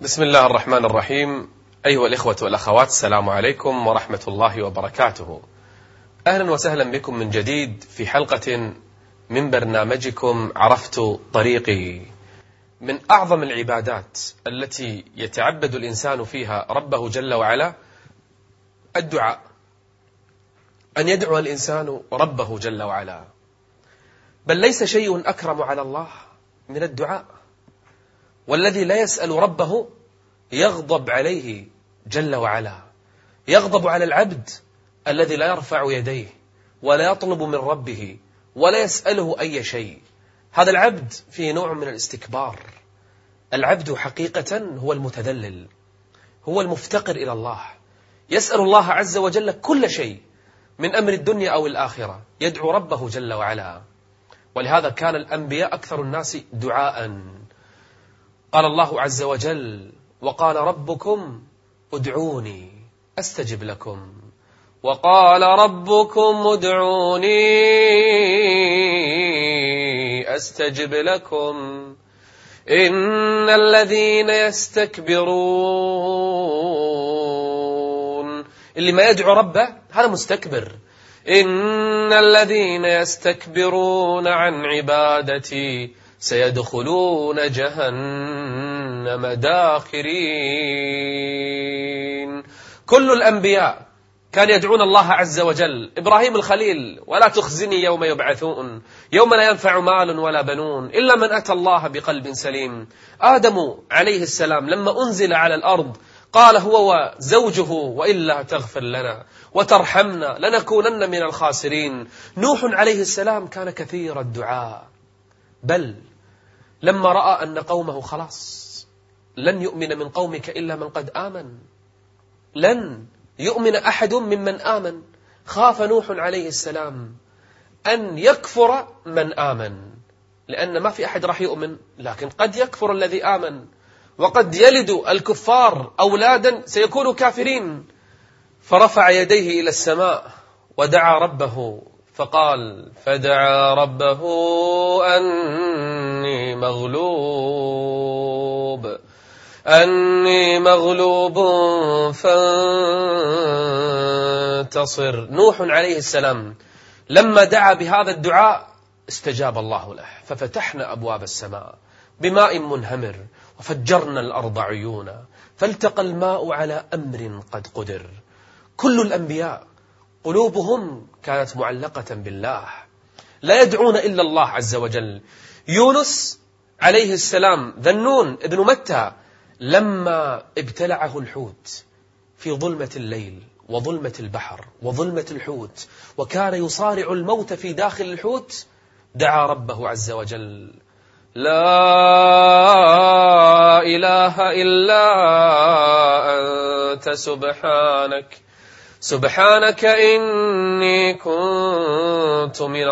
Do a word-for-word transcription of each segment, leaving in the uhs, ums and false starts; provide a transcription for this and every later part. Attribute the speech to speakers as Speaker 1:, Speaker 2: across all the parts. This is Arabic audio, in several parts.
Speaker 1: بسم الله الرحمن الرحيم. أيها الإخوة والأخوات، السلام عليكم ورحمة الله وبركاته. أهلا وسهلا بكم من جديد في حلقة من برنامجكم عرفت طريقي. من أعظم العبادات التي يتعبد الإنسان فيها ربه جل وعلا الدعاء، أن يدعو الإنسان ربه جل وعلا، بل ليس شيء أكرم على الله من الدعاء. والذي لا يسأل ربه يغضب عليه جل وعلا، يغضب على العبد الذي لا يرفع يديه ولا يطلب من ربه ولا يسأله أي شيء. هذا العبد فيه نوع من الاستكبار. العبد حقيقة هو المتذلل، هو المفتقر إلى الله، يسأل الله عز وجل كل شيء من أمر الدنيا أو الآخرة، يدعو ربه جل وعلا. ولهذا كان الأنبياء أكثر الناس دعاء. قال الله عز وجل: وقال ربكم ادعوني أستجب لكم، وقال ربكم ادعوني أستجب لكم، إن الذين يستكبرون، اللي ما يدعو ربه هذا مستكبر. إن الذين يستكبرون عن عبادتي سيدخلون جهنم داخرين. كل الأنبياء كان يدعون الله عز وجل. إبراهيم الخليل: ولا تخزني يوم يبعثون يوم لا ينفع مال ولا بنون إلا من أتى الله بقلب سليم. آدم عليه السلام لما أنزل على الأرض قال هو وزوجه: وإلا تغفر لنا وترحمنا لنكونن من الخاسرين. نوح عليه السلام كان كثير الدعاء، بل لما رأى أن قومه خلاص لن يؤمن من قومك إلا من قد آمن، لن يؤمن أحد ممن آمن، خاف نوح عليه السلام أن يكفر من آمن، لأن ما في أحد راح يؤمن، لكن قد يكفر الذي آمن، وقد يلد الكفار أولادا سيكونوا كافرين. فرفع يديه إلى السماء ودعا ربه فقال: فدعا ربه أني مغلوب أني مغلوب فانتصر. نوح عليه السلام لما دعا بهذا الدعاء استجاب الله له، ففتحنا أبواب السماء بماء منهمر وفجرنا الأرض عيونا فالتقى الماء على أمر قد قدر. كل الأنبياء قلوبهم كانت معلقة بالله، لا يدعون إلا الله عز وجل. يونس عليه السلام ذنون ابن متى لما ابتلعه الحوت في ظلمة الليل وظلمة البحر وظلمة الحوت، وكان يصارع الموت في داخل الحوت، دعا ربه عز وجل: لا إله إلا أنت سبحانك سبحانك إني كنت من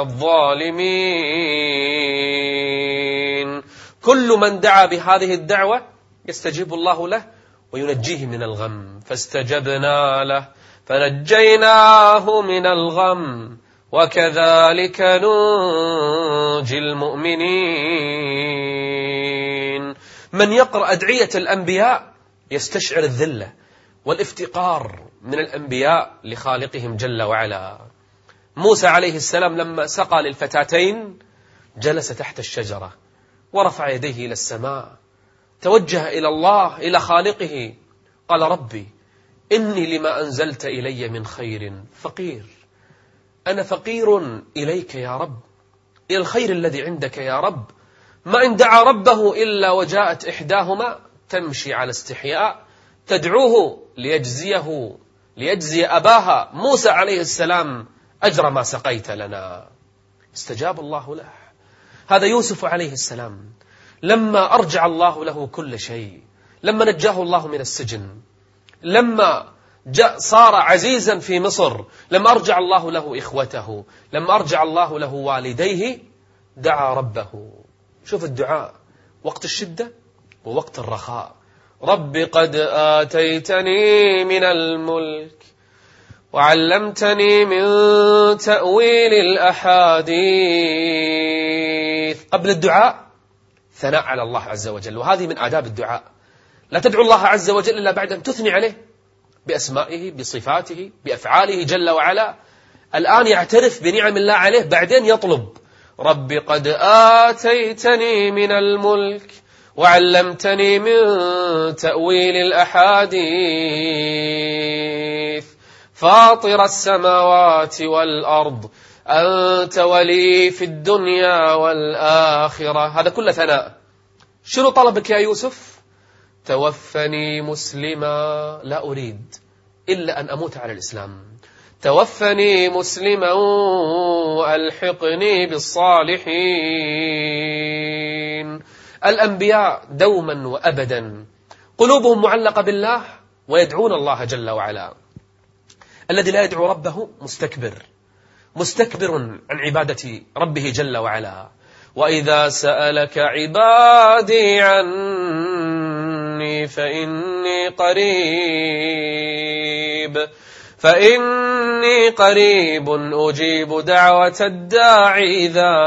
Speaker 1: الظالمين. كل من دعا بهذه الدعوة يستجيب الله له وينجيه من الغم. فاستجبنا له فنجيناه من الغم وكذلك ننجي المؤمنين. من يقرأ أدعية الأنبياء يستشعر الذلة والافتقار من الأنبياء لخالقهم جل وعلا. موسى عليه السلام لما سقى للفتاتين جلس تحت الشجرة ورفع يديه إلى السماء، توجه إلى الله إلى خالقه، قال: ربي إني لما أنزلت إلي من خير فقير، أنا فقير إليك يا رب، إلى الخير الذي عندك يا رب. ما إن دعا ربه إلا وجاءت إحداهما تمشي على استحياء تدعوه ليجزيه ليجزي أباها موسى عليه السلام أجر ما سقيت لنا. استجاب الله له. هذا يوسف عليه السلام لما أرجع الله له كل شيء، لما نجاه الله من السجن، لما جاء صار عزيزا في مصر، لما أرجع الله له إخوته، لما أرجع الله له والديه، دعا ربه. شوف الدعاء وقت الشدة ووقت الرخاء. رب قد آتيتني من الملك وعلمتني من تأويل الأحاديث. قبل الدعاء ثناء على الله عز وجل، وهذه من آداب الدعاء. لا تدعو الله عز وجل إلا بعد أن تثني عليه بأسمائه بصفاته بأفعاله جل وعلا. الآن يعترف بنعم الله عليه، بعدين يطلب رب قد آتيتني من الملك وعلمتني من تأويل الأحاديث فاطر السماوات والأرض أنت ولي في الدنيا والآخرة. هذا كله ثناء. شنو طلبك يا يوسف؟ توفني مسلما، لا أريد إلا أن أموت على الإسلام. توفني مسلما وألحقني بالصالحين. الأنبياء دوما وأبدا قلوبهم معلقة بالله ويدعون الله جل وعلا. الذي لا يدعو ربه مستكبر، مستكبر عن عبادة ربه جل وعلا. وإذا سألك عبادي عني فإني قريب فإني قريب أجيب دعوة الداعي إذا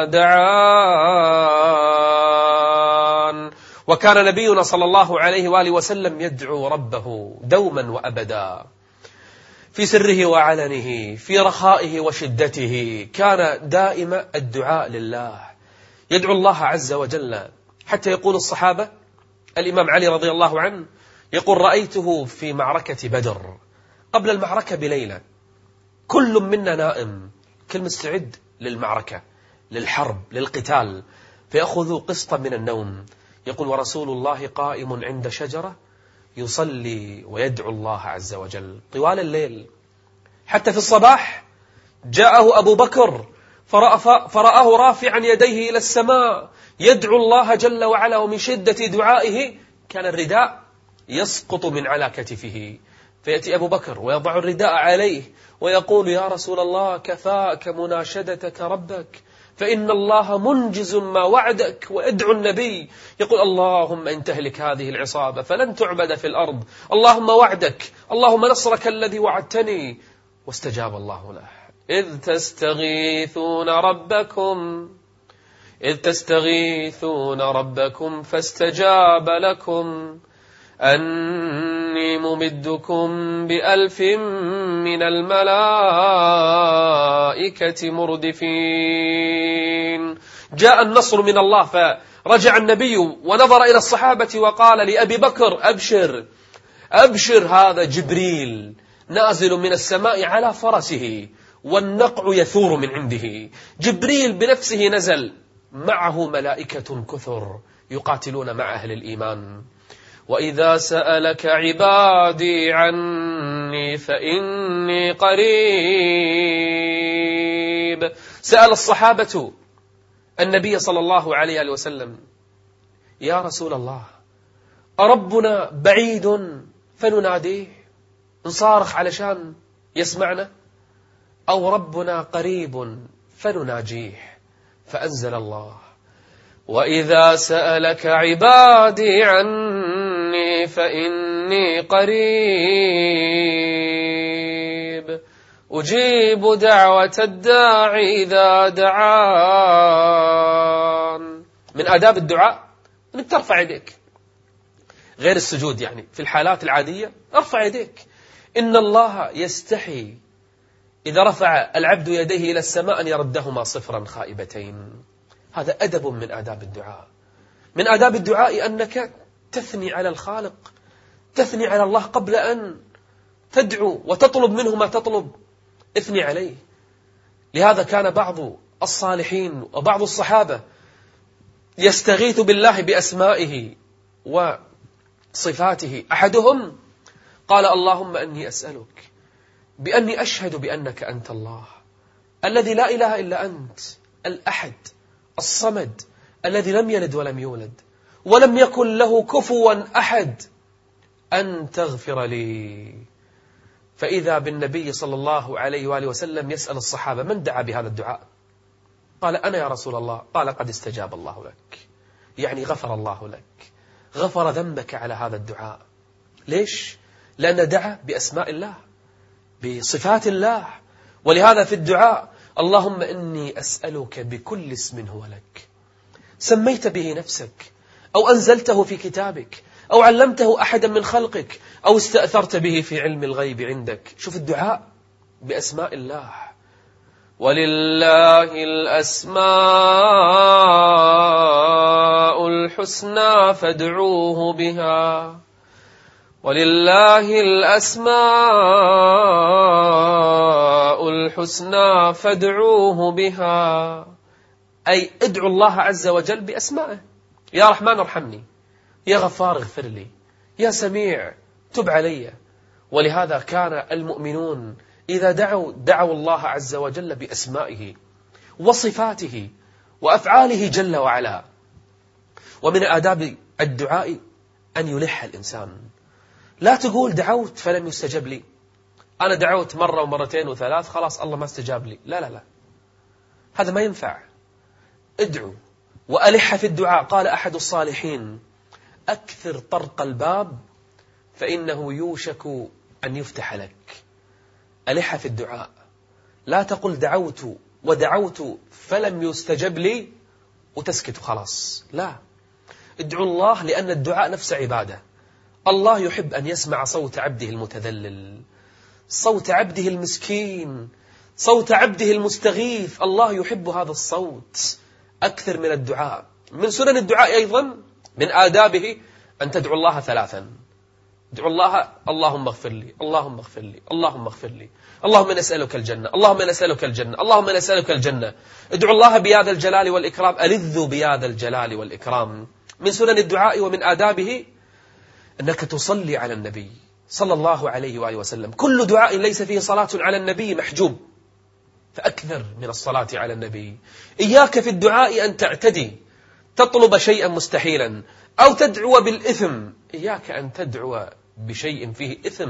Speaker 1: دعان. وكان نبينا صلى الله عليه وآله وسلم يدعو ربه دوما وأبدا في سره وعلنه، في رخائه وشدته، كان دائما الدعاء لله، يدعو الله عز وجل. حتى يقول الصحابة، الإمام علي رضي الله عنه يقول رأيته في معركة بدر قبل المعركة بليلة، كل منا نائم، كل مستعد للمعركة للحرب للقتال، فيأخذ قسطا من النوم. يقول ورسول الله قائم عند شجرة يصلي ويدعو الله عز وجل طوال الليل. حتى في الصباح جاءه أبو بكر فرآه رافعا يديه إلى السماء يدعو الله جل وعلا، ومن شدة دعائه كان الرداء يسقط من على كتفه، فيأتي أبو بكر ويضع الرداء عليه ويقول يا رسول الله كفاك مناشدتك ربك فإن الله منجز ما وعدك. ويدعو النبي يقول اللهم إن تهلك هذه العصابة فلن تعبد في الأرض، اللهم وعدك، اللهم نصرك الذي وعدتني. واستجاب الله له. إذ تستغيثون ربكم إذ تستغيثون ربكم فاستجاب لكم أني ممدكم بألف من الملائكة مردفين. جاء النصر من الله، فرجع النبي ونظر إلى الصحابة وقال لأبي بكر أبشر أبشر، هذا جبريل نازل من السماء على فرسه والنقع يثور من عنده. جبريل بنفسه نزل، معه ملائكة كثر يقاتلون مع أهل الإيمان. وإذا سألك عبادي عني فإني قريب. سأل الصحابة النبي صلى الله عليه وسلم يا رسول الله أربنا بعيد فنناديه نصارخ علشان يسمعنا، أو ربنا قريب فنناجيه؟ فأنزل الله وإذا سألك عبادي عني فإني قريب أجيب دعوة الداعي إذا دعان. من آداب الدعاء أنك ترفع يديك، غير السجود، يعني في الحالات العادية ارفع يديك. إن الله يستحي إذا رفع العبد يديه إلى السماء أن يردهما صفرا خائبتين. هذا أدب من آداب الدعاء. من آداب الدعاء أنك تثني على الخالق، تثني على الله قبل أن تدعو وتطلب منه ما تطلب، اثني عليه. لهذا كان بعض الصالحين وبعض الصحابة يستغيث بالله بأسمائه وصفاته. أحدهم قال اللهم أني أسألك بأني أشهد بأنك أنت الله الذي لا إله إلا أنت، الأحد الصمد الذي لم يلد ولم يولد ولم يكن له كفوا أحد، أن تغفر لي. فإذا بالنبي صلى الله عليه وآله وسلم يسأل الصحابة من دعا بهذا الدعاء؟ قال أنا يا رسول الله. قال قد استجاب الله لك، يعني غفر الله لك، غفر ذنبك على هذا الدعاء. ليش؟ لأن دعا بأسماء الله بصفات الله. ولهذا في الدعاء اللهم إني أسألك بكل اسم هو لك سميت به نفسك أو أنزلته في كتابك أو علمته أحدا من خلقك أو استأثرت به في علم الغيب عندك. شوف الدعاء بأسماء الله. ولله الأسماء الحسنى فادعوه بها ولله الأسماء الحسنى فادعوه بها، أي ادعوا الله عز وجل بأسمائه. يا رحمن ارحمني، يا غفار اغفر لي، يا سميع تب علي. ولهذا كان المؤمنون إذا دعوا دعوا الله عز وجل بأسمائه وصفاته وأفعاله جل وعلا. ومن آداب الدعاء أن يلح الإنسان. لا تقول دعوت فلم يستجب لي، أنا دعوت مرة ومرتين وثلاث خلاص الله ما استجاب لي. لا لا لا، هذا ما ينفع. ادعو وألح في الدعاء. قال أحد الصالحين: أكثر طرق الباب فإنه يوشك أن يفتح لك. ألح في الدعاء، لا تقل دعوت ودعوت فلم يستجب لي وتسكت خلاص. لا، ادعو الله، لأن الدعاء نفس عبادة. الله يحب أن يسمع صوت عبده المتذلل، صوت عبده المسكين، صوت عبده المستغيث. الله يحب هذا الصوت. أكثر من الدعاء. من سنن الدعاء أيضا من آدابه أن تدعو الله ثلاثا. ادعو الله: اللهم اغفر لي، اللهم اغفر لي، اللهم اغفر لي، اللهم نسألك الجنة، اللهم نسألك الجنة، اللهم نسألك الجنة. ادعو الله بهذا الجلال والإكرام. ألذوا بهذا الجلال والإكرام. من سنن الدعاء ومن آدابه أنك تصلي على النبي صلى الله عليه وآله وسلم. كل دعاء ليس فيه صلاة على النبي محجوب، فأكثر من الصلاة على النبي. إياك في الدعاء أن تعتدي، تطلب شيئا مستحيلا أو تدعو بالإثم. إياك أن تدعو بشيء فيه إثم.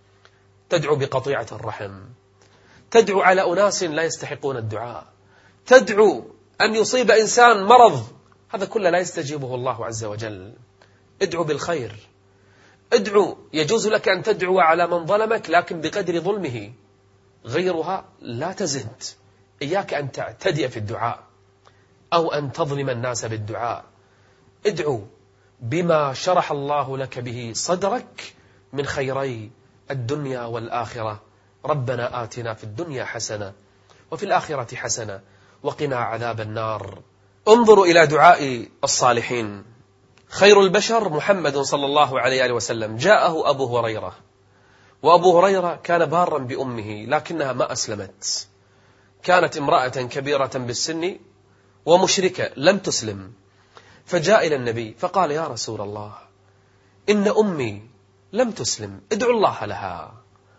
Speaker 1: تدعو بقطيعة الرحم، تدعو على أناس لا يستحقون الدعاء، تدعو أن يصيب إنسان مرض، هذا كله لا يستجيبه الله عز وجل. ادعو بالخير. ادعو، يجوز لك أن تدعو على من ظلمك لكن بقدر ظلمه، غيرها لا تزد. إياك أن تعتدي في الدعاء أو أن تظلم الناس بالدعاء. ادعو بما شرح الله لك به صدرك من خيري الدنيا والآخرة. ربنا آتنا في الدنيا حسنة وفي الآخرة حسنة وقنا عذاب النار. انظروا إلى دعاء الصالحين. خير البشر محمد صلى الله عليه وسلم. جاءه أبو هريرة، وأبو هريرة كان بارا بأمه لكنها ما أسلمت. كانت امرأة كبيرة بالسن ومشركة لم تسلم، فجاء إلى النبي فقال: يا رسول الله، إن أمي لم تسلم، ادعو الله لها.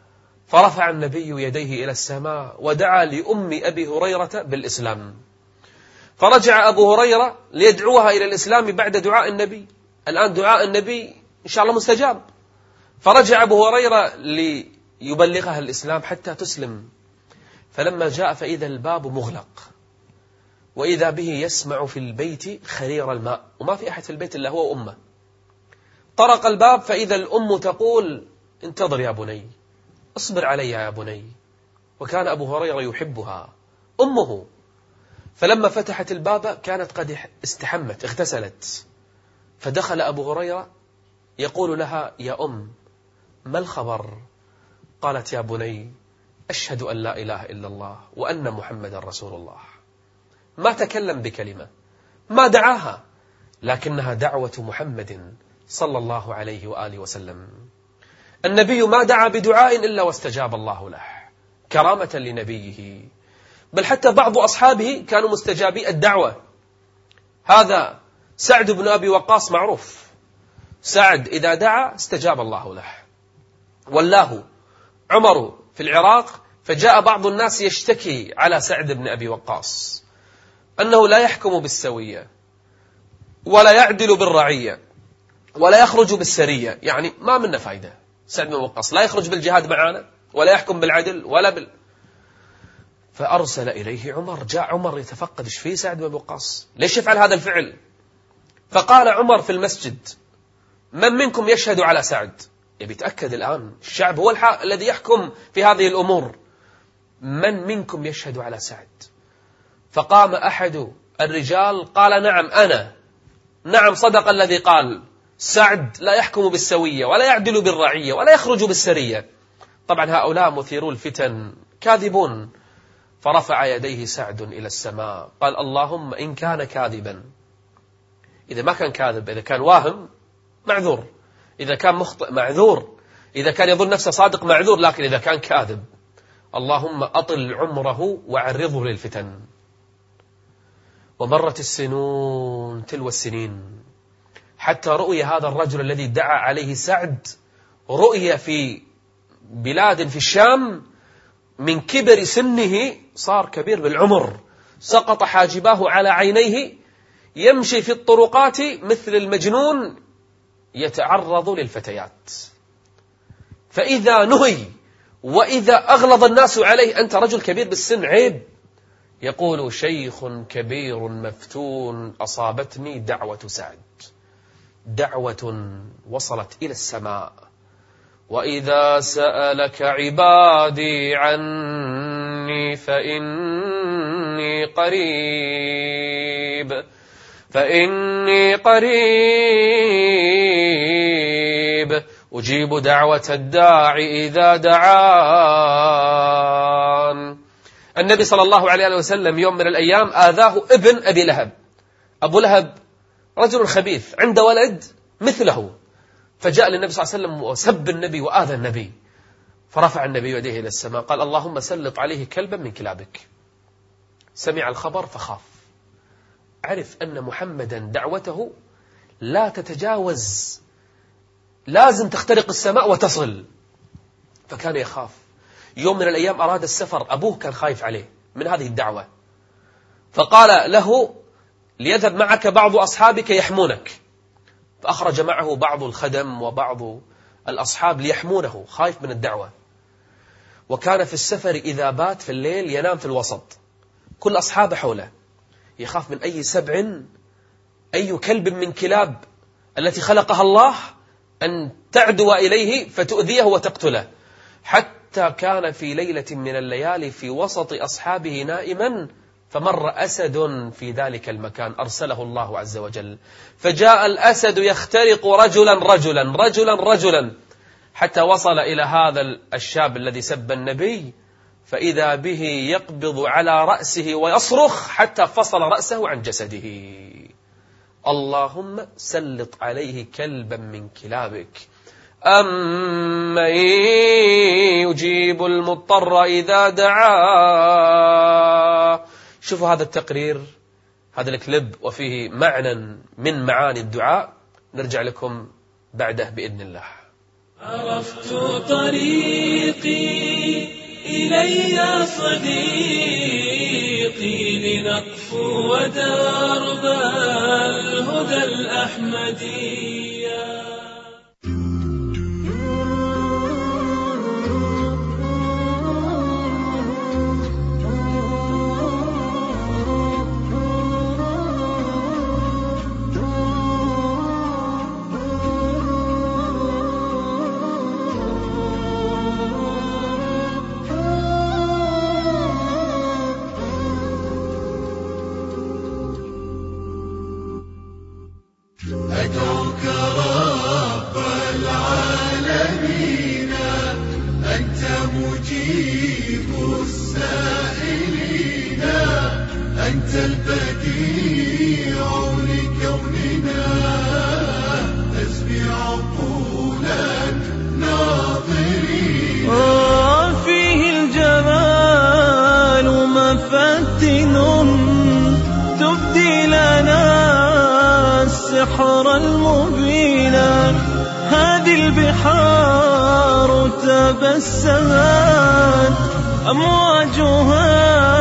Speaker 1: فرفع النبي يديه إلى السماء ودعا لأم أبي هريرة بالإسلام. فرجع أبو هريرة ليدعوها إلى الإسلام بعد دعاء النبي. الآن دعاء النبي إن شاء الله مستجاب. فرجع أبو هريرة ليبلغها الإسلام حتى تسلم. فلما جاء فإذا الباب مغلق، وإذا به يسمع في البيت خرير الماء، وما في أحد في البيت إلا هو وأمه. طرق الباب فإذا الأم تقول: انتظر يا بني، اصبر علي يا بني. وكان أبو هريرة يحبها أمه. فلما فتحت الباب كانت قد استحمت اغتسلت، فدخل أبو هريرة يقول لها: يا أم، ما الخبر؟ قالت: يا بني، أشهد أن لا إله إلا الله وأن محمد رسول الله. ما تكلم بكلمة، ما دعاها، لكنها دعوة محمد صلى الله عليه وآله وسلم. النبي ما دعا بدعاء إلا واستجاب الله له كرامة لنبيه. بل حتى بعض أصحابه كانوا مستجابي الدعوة. هذا سعد بن أبي وقاص معروف. سعد إذا دعا استجاب الله له. والله عمر في العراق، فجاء بعض الناس يشتكي على سعد بن أبي وقاص أنه لا يحكم بالسوية ولا يعدل بالرعية ولا يخرج بالسرية، يعني ما منا فايدة. سعد بن وقاص لا يخرج بالجهاد معانا ولا يحكم بالعدل ولا بال... فأرسل إليه عمر. جاء عمر يتفقد ايش فيه سعد بن وقاص، ليش يفعل هذا الفعل؟ فقال عمر في المسجد: من منكم يشهد على سعد؟ يبي يتأكد الآن، الشعب هو الح... الذي يحكم في هذه الأمور. من منكم يشهد على سعد؟ فقام أحد الرجال قال: نعم أنا. نعم صدق الذي قال. سعد لا يحكم بالسوية ولا يعدل بالرعية ولا يخرج بالسرية. طبعا هؤلاء مثيرو الفتن كاذبون. فرفع يديه سعد إلى السماء قال اللهم إن كان كاذبا، إذا ما كان كاذب، إذا كان واهم معذور، إذا كان مخطئ معذور، إذا كان يظن نفسه صادق معذور، لكن إذا كان كاذب اللهم أطل عمره وعرضه للفتن. ومرت السنون تلو السنين حتى رؤي هذا الرجل الذي دعا عليه سعد، رؤي في بلاد في الشام، من كبر سنه صار كبير بالعمر، سقط حاجباه على عينيه، يمشي في الطرقات مثل المجنون يتعرض للفتيات. فإذا نهي وإذا أغلظ الناس عليه أنت رجل كبير بالسن عيب، يقول شيخ كبير مفتون أصابتني دعوة سعد، دعوة وصلت إلى السماء. وإذا سألك عبادي عني فإني قريب فإني قريب أجيب دعوة الداعي إذا دعان. النبي صلى الله عليه وسلم يوم من الأيام آذاه ابن أبي لهب. أبو لهب رجل خبيث عنده ولد مثله، فجاء للنبي صلى الله عليه وسلم وسب النبي وآذى النبي، فرفع النبي يديه إلى السماء قال اللهم سلط عليه كلبا من كلابك. سمع الخبر فخاف، عرف أن محمدا دعوته لا تتجاوز، لازم تخترق السماء وتصل، فكان يخاف. يوم من الأيام أراد السفر، أبوه كان خايف عليه من هذه الدعوة، فقال له ليذهب معك بعض أصحابك يحمونك، فأخرج معه بعض الخدم وبعض الأصحاب ليحمونه، خايف من الدعوة. وكان في السفر إذا بات في الليل ينام في الوسط، كل أصحابه حوله، يخاف من أي سبع، أي كلب من كلاب التي خلقها الله أن تعدو إليه فتؤذيه وتقتله. حتى كان في ليلة من الليالي في وسط أصحابه نائما، فمر أسد في ذلك المكان أرسله الله عز وجل، فجاء الأسد يخترق رجلا رجلا رجلا رجلا حتى وصل إلى هذا الشاب الذي سب النبي، فإذا به يقبض على رأسه ويصرخ حتى فصل رأسه عن جسده. اللهم سلط عليه كلبا من كلابك، أمن يجيب المضطر إذا دعاه. شوفوا هذا التقرير، هذا الكليب وفيه معنى من معاني الدعاء، نرجع لكم بعده بإذن الله.
Speaker 2: عرفت طريقي إلي صديقي لنقفو ودرب الهدى الأحمدي.
Speaker 3: أدعوك رب العالمين أنت مجيب السائلين، أنت البديع لكوننا تسبي عقول الناظرين.
Speaker 2: فيه الجمال مفتن تبدي لنا السحر المبين، هذه البحار تبسمت أمواجها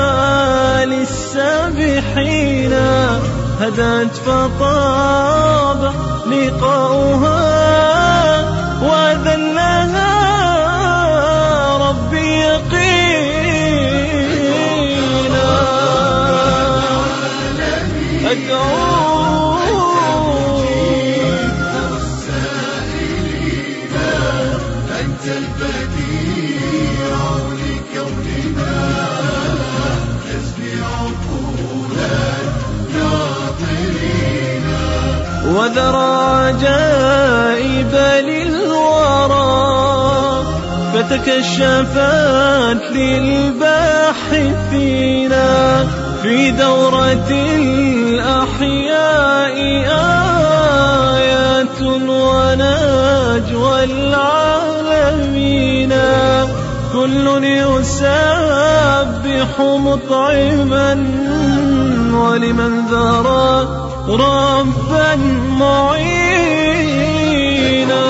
Speaker 2: للسابحين، هدت فطاب لقاؤها وذلها ربي يقينا. أدعو وذرى عجائب للورى، فتكشفت للباحثين في دورة الأحياء آيات ونجوى العالمين. كل يسبح مطعما ولمن ذرى ربا معينا.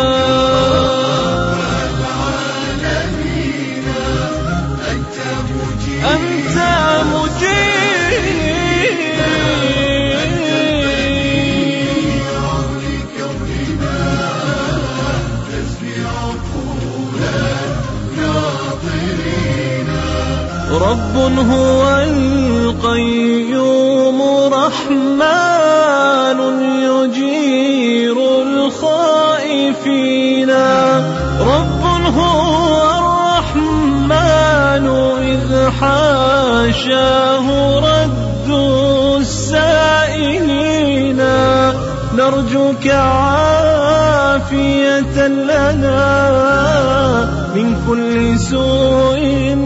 Speaker 2: أنت مجيب رب هو القيوم رحمن يجير الخائفين. رب هو الرحمن إذ حاشاه رد السائلين. نرجوك عافية لنا من كل سوء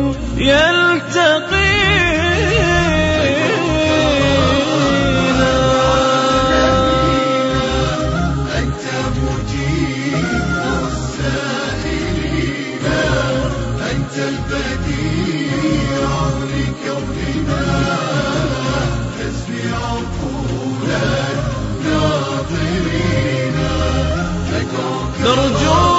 Speaker 2: يلتقينا.
Speaker 3: أنت مجيب السائلين، أنت البديع لكوننا، تسمع عقول الناظرين.
Speaker 2: نرجوك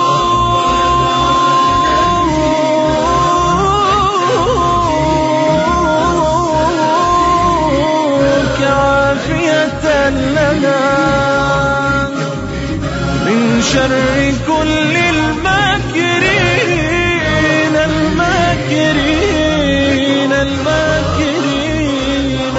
Speaker 2: لنا من شر كل الماكرين الماكرين الماكرين.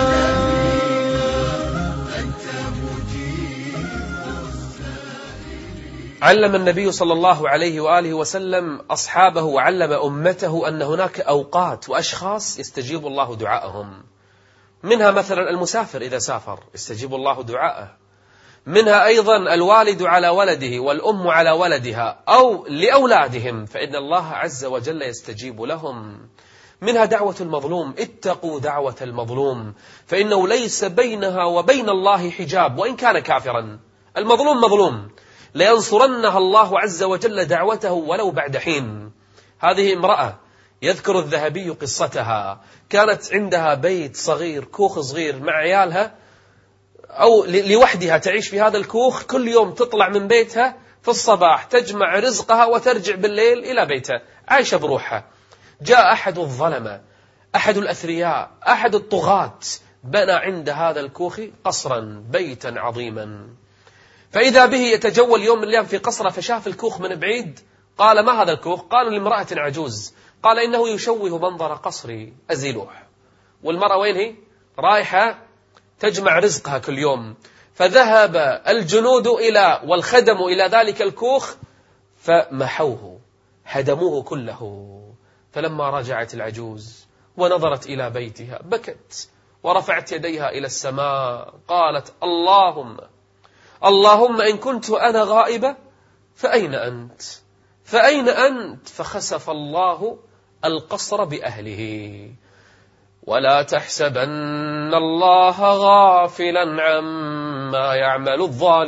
Speaker 1: علم النبي صلى الله عليه وآله وسلم أصحابه وعلم أمته أن هناك أوقات وأشخاص يستجيب الله دعاءهم. منها مثلا المسافر إذا سافر يستجيب الله دعاءه. منها أيضا الوالد على ولده والأم على ولدها أو لأولادهم، فإن الله عز وجل يستجيب لهم. منها دعوة المظلوم، اتقوا دعوة المظلوم فإنه ليس بينها وبين الله حجاب وإن كان كافرا. المظلوم مظلوم، لينصرنها الله عز وجل دعوته ولو بعد حين. هذه امرأة يذكر الذهبي قصتها، كانت عندها بيت صغير، كوخ صغير مع عيالها أو لوحدها تعيش في هذا الكوخ. كل يوم تطلع من بيتها في الصباح تجمع رزقها وترجع بالليل إلى بيتها، عايشة بروحها. جاء أحد الظلمة، أحد الأثرياء، أحد الطغاة، بنى عند هذا الكوخ قصرا، بيتا عظيما. فإذا به يتجول يوم من الأيام في قصره، فشاف الكوخ من بعيد. قال: ما هذا الكوخ؟ قالوا: لامرأة عجوز. قال: إنه يشوه منظر قصري، أزيلوه. والمرأة وين هي؟ رايحة تجمع رزقها كل يوم. فذهب الجنود إلى والخدم إلى ذلك الكوخ فمحوه، هدموه كله. فلما رجعت العجوز ونظرت إلى بيتها بكت ورفعت يديها إلى السماء، قالت: اللهم اللهم إن كنت أنا غائبة فأين أنت؟ فأين أنت؟ فخسف الله القصر بأهله. ولا تحسبن الله غافلا عما يعمل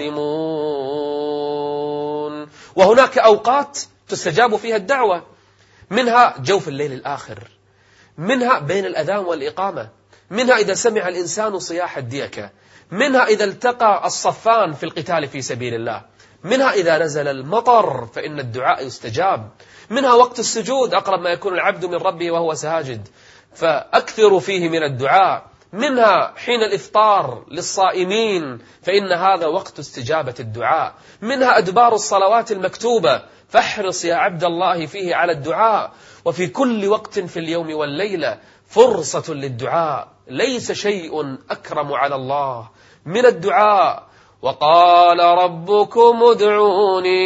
Speaker 1: الظالمون. وهناك أوقات تستجاب فيها الدعوة، منها جوف الليل الآخر، منها بين الأذان والإقامة، منها إذا سمع الإنسان صياح الديكة، منها إذا التقى الصفان في القتال في سبيل الله، منها إذا نزل المطر فإن الدعاء يستجاب، منها وقت السجود أقرب ما يكون العبد من ربه وهو ساجد فأكثروا فيه من الدعاء، منها حين الإفطار للصائمين فإن هذا وقت استجابة الدعاء، منها أدبار الصلوات المكتوبة فاحرص يا عبد الله فيه على الدعاء. وفي كل وقت في اليوم والليلة فرصة للدعاء، ليس شيء أكرم على الله من الدعاء. وقال ربكم ادعوني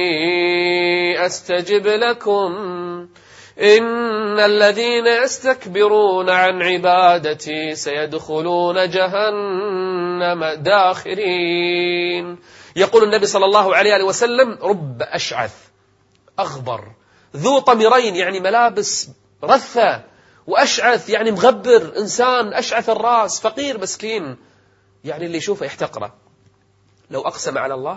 Speaker 1: أستجب لكم إن الذين يستكبرون عن عبادتي سيدخلون جهنم جهنم داخرين. يقول النبي صلى الله عليه وسلم: رب أشعث أغبر ذو طمرين، يعني ملابس رثة، وأشعث يعني مغبر، إنسان أشعث الرأس، فقير مسكين، يعني اللي يشوفه يحتقره. لو أقسم على الله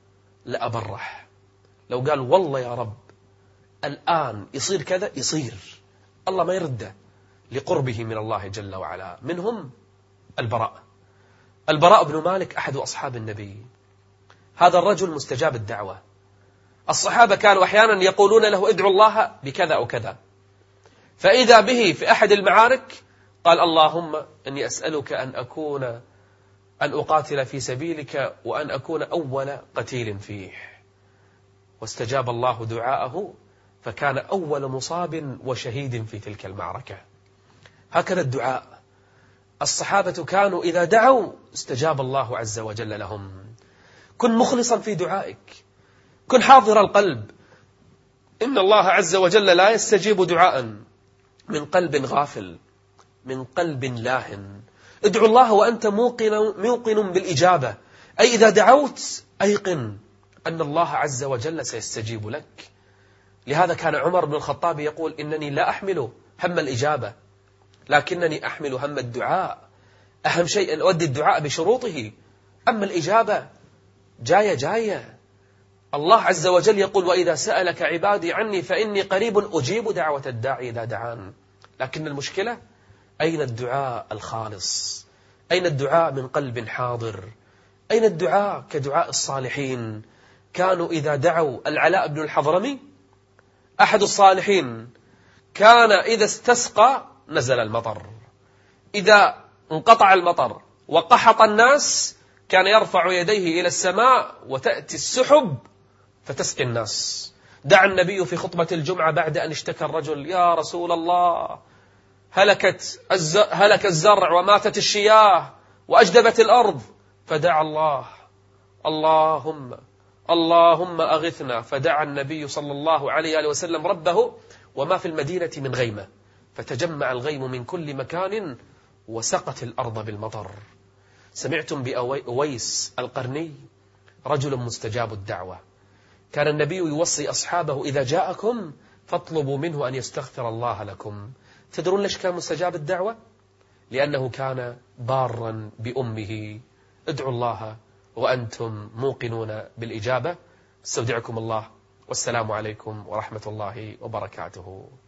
Speaker 1: لأبرح، لو قال والله يا رب الآن يصير كذا يصير، الله ما يرده لقربه من الله جل وعلا. منهم البراء البراء بن مالك أحد أصحاب النبي. هذا الرجل مستجاب الدعوة. الصحابة كانوا أحيانا يقولون له: ادعو الله بكذا أو كذا، فإذا به في أحد المعارك قال: اللهم إني أسألك أن أكون أن أقاتل في سبيلك وأن أكون أول قتيل فيه. واستجاب الله دعاءه فكان أول مصاب وشهيد في تلك المعركة. هكذا الدعاء. الصحابة كانوا إذا دعوا استجاب الله عز وجل لهم. كن مخلصا في دعائك، كن حاضر القلب. إن الله عز وجل لا يستجيب دعاء من قلب غافل، من قلب لاهن. ادعو الله وأنت موقن, موقن بالإجابة، أي إذا دعوت أيقن أن الله عز وجل سيستجيب لك. لهذا كان عمر بن الخطاب يقول: إنني لا أحمل هم الإجابة لكنني أحمل هم الدعاء. أهم شيء أن أؤدي الدعاء بشروطه، أما الإجابة جاية جاية. الله عز وجل يقول: وإذا سألك عبادي عني فإني قريب أجيب دعوة الداعي إذا دعان. لكن المشكلة أين الدعاء الخالص؟ أين الدعاء من قلب حاضر؟ أين الدعاء كدعاء الصالحين؟ كانوا إذا دعوا العلاء بن الحضرمي أحد الصالحين كان إذا استسقى نزل المطر، إذا انقطع المطر وقحط الناس كان يرفع يديه إلى السماء وتأتي السحب فتسقي الناس. دعا النبي في خطبة الجمعة بعد أن اشتكى الرجل: يا رسول الله هلكت الز... هلك الزرع وماتت الشياه وأجدبت الأرض، فدعا الله: اللهم اللهم أغثنا. فدعا النبي صلى الله عليه وسلم ربه وما في المدينة من غيمة، فتجمع الغيم من كل مكان وسقت الأرض بالمطر. سمعتم بأويس القرني؟ رجل مستجاب الدعوة. كان النبي يوصي أصحابه: إذا جاءكم فاطلبوا منه أن يستغفر الله لكم. تدرون ليش كان مستجاب الدعوة؟ لأنه كان بارا بأمه. ادعوا الله وأنتم موقنون بالإجابة. استودعكم الله، والسلام عليكم ورحمة الله وبركاته.